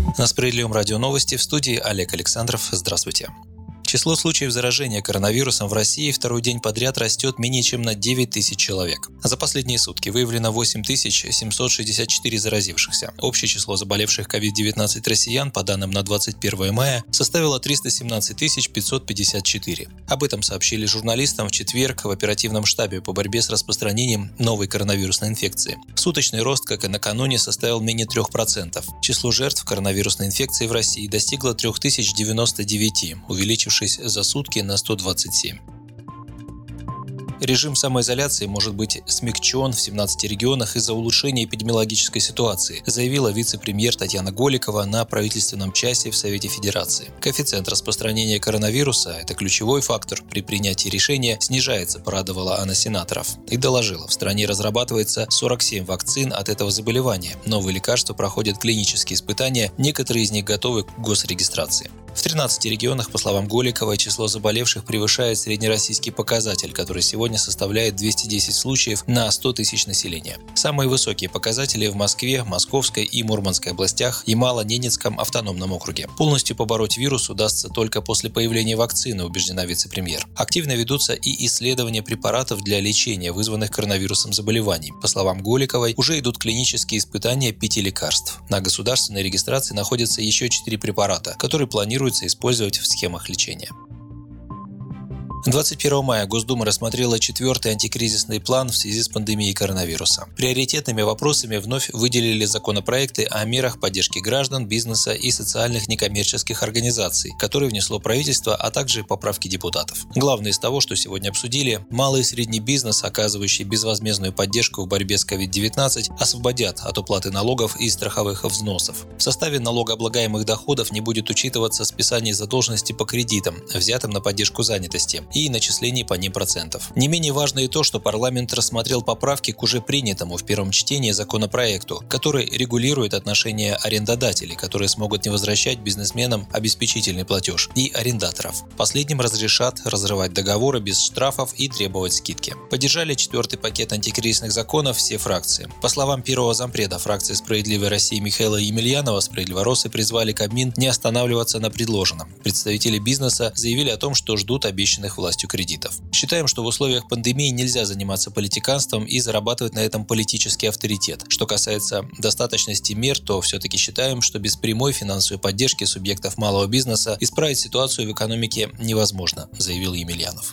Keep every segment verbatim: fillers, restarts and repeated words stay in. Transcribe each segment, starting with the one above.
На Справедливом радио новости, в студии Олег Александров. Здравствуйте. Число случаев заражения коронавирусом в России второй день подряд растет менее чем на девять тысяч человек. За последние сутки выявлено восемь тысяч семьсот шестьдесят четыре заразившихся. Общее число заболевших ковид девятнадцать россиян, по данным на двадцать первое мая, составило триста семнадцать тысяч пятьсот пятьдесят четыре. Об этом сообщили журналистам в четверг в оперативном штабе по борьбе с распространением новой коронавирусной инфекции. Суточный рост, как и накануне, составил менее трех процентов. Число жертв коронавирусной инфекции в России достигло три тысячи девяносто девять, увеличившись за сутки на сто двадцать семь. Режим самоизоляции может быть смягчен в семнадцати регионах из-за улучшения эпидемиологической ситуации, заявила вице-премьер Татьяна Голикова на правительственном часе в Совете Федерации. Коэффициент распространения коронавируса – это ключевой фактор при принятии решения, снижается, порадовала она сенаторов. И доложила, в стране разрабатывается сорок семь вакцин от этого заболевания. Новые лекарства проходят клинические испытания, некоторые из них готовы к госрегистрации. В тринадцати регионах, по словам Голиковой, число заболевших превышает среднероссийский показатель, который сегодня составляет двести десять случаев на сто тысяч населения. Самые высокие показатели в Москве, Московской и Мурманской областях, Ямало-Ненецком автономном округе. Полностью побороть вирус удастся только после появления вакцины, убеждена вице-премьер. Активно ведутся и исследования препаратов для лечения вызванных коронавирусом заболеваний. По словам Голиковой, уже идут клинические испытания пяти лекарств. На государственной регистрации находятся еще четыре препарата, которые планируются использовать в схемах лечения. двадцать первого мая Госдума рассмотрела четвертый антикризисный план в связи с пандемией коронавируса. Приоритетными вопросами вновь выделили законопроекты о мерах поддержки граждан, бизнеса и социальных некоммерческих организаций, которые внесло правительство, а также поправки депутатов. Главное из того, что сегодня обсудили, малый и средний бизнес, оказывающий безвозмездную поддержку в борьбе с ковид девятнадцать, освободят от уплаты налогов и страховых взносов. В составе налогооблагаемых доходов не будет учитываться списание задолженности по кредитам, взятым на поддержку занятости, и начислений по ним процентов. Не менее важно и то, что парламент рассмотрел поправки к уже принятому в первом чтении законопроекту, который регулирует отношения арендодателей, которые смогут не возвращать бизнесменам обеспечительный платеж, и арендаторов. Последним разрешат разрывать договоры без штрафов и требовать скидки. Поддержали четвертый пакет антикризисных законов все фракции. По словам первого зампреда фракции «Справедливой России» Михаила Емельянова, справедливоросы призвали Кабмин не останавливаться на предложенном. Представители бизнеса заявили о том, что ждут обещанных властью кредитов. Считаем, что в условиях пандемии нельзя заниматься политиканством и зарабатывать на этом политический авторитет. Что касается достаточности мер, то все-таки считаем, что без прямой финансовой поддержки субъектов малого бизнеса исправить ситуацию в экономике невозможно, заявил Емельянов.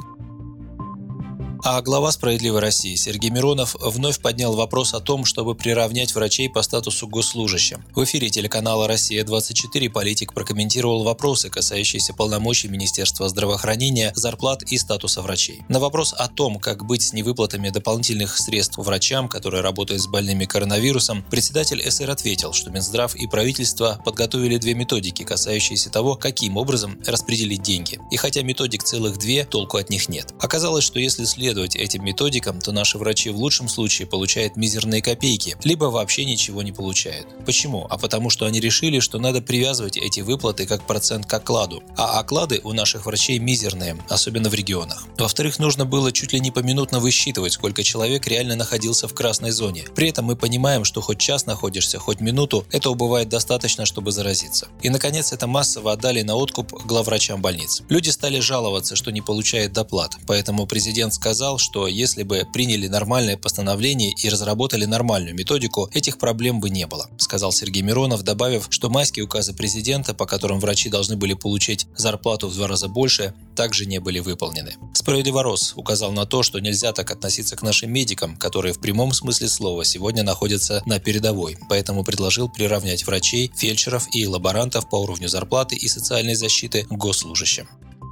А глава «Справедливой России» Сергей Миронов вновь поднял вопрос о том, чтобы приравнять врачей по статусу госслужащим. В эфире телеканала «Россия-двадцать четыре» политик прокомментировал вопросы, касающиеся полномочий Министерства здравоохранения, зарплат и статуса врачей. На вопрос о том, как быть с невыплатами дополнительных средств врачам, которые работают с больными коронавирусом, председатель эс эр ответил, что Минздрав и правительство подготовили две методики, касающиеся того, каким образом распределить деньги. И хотя методик целых две, толку от них нет. Оказалось, что если следовать этим методикам, то наши врачи в лучшем случае получают мизерные копейки, либо вообще ничего не получают. Почему? А потому что они решили, что надо привязывать эти выплаты как процент к окладу. А оклады у наших врачей мизерные, особенно в регионах. Во-вторых, нужно было чуть ли не поминутно высчитывать, сколько человек реально находился в красной зоне. При этом мы понимаем, что хоть час находишься, хоть минуту, этого бывает достаточно, чтобы заразиться. И, наконец, это массово отдали на откуп главврачам больниц. Люди стали жаловаться, что не получают доплат, поэтому президент сказал, сказал, что если бы приняли нормальное постановление и разработали нормальную методику, этих проблем бы не было, сказал Сергей Миронов, добавив, что майские указы президента, по которым врачи должны были получить зарплату в два раза больше, также не были выполнены. Справедливорос указал на то, что нельзя так относиться к нашим медикам, которые в прямом смысле слова сегодня находятся на передовой, поэтому предложил приравнять врачей, фельдшеров и лаборантов по уровню зарплаты и социальной защиты к госслужащим.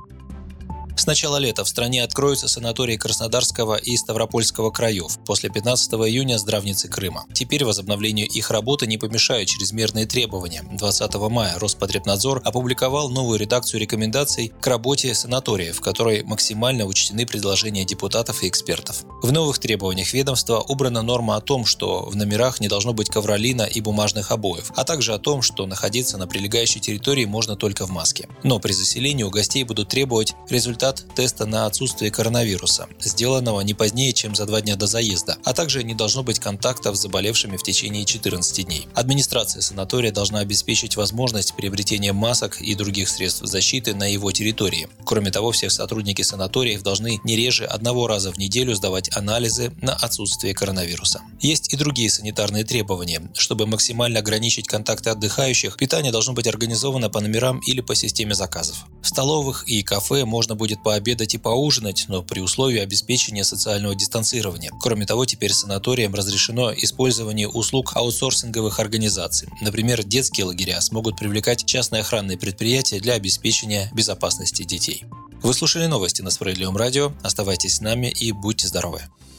С начала лета в стране откроются санатории Краснодарского и Ставропольского краев, после пятнадцатого июня – здравницы Крыма. Теперь возобновлению их работы не помешают чрезмерные требования. двадцатого мая Роспотребнадзор опубликовал новую редакцию рекомендаций к работе санаториев, в которой максимально учтены предложения депутатов и экспертов. В новых требованиях ведомства убрана норма о том, что в номерах не должно быть ковролина и бумажных обоев, а также о том, что находиться на прилегающей территории можно только в маске. Но при заселении у гостей будут требовать результаты результат теста на отсутствие коронавируса, сделанного не позднее, чем за два дня до заезда, а также не должно быть контактов с заболевшими в течение четырнадцати дней. Администрация санатория должна обеспечить возможность приобретения масок и других средств защиты на его территории. Кроме того, все сотрудники санаториев должны не реже одного раза в неделю сдавать анализы на отсутствие коронавируса. Есть и другие санитарные требования. Чтобы максимально ограничить контакты отдыхающих, питание должно быть организовано по номерам или по системе заказов. В столовых и кафе можно будет пообедать и поужинать, но при условии обеспечения социального дистанцирования. Кроме того, теперь санаториям разрешено использование услуг аутсорсинговых организаций. Например, детские лагеря смогут привлекать частные охранные предприятия для обеспечения безопасности детей. Вы слушали новости на Справедливом радио. Оставайтесь с нами и будьте здоровы.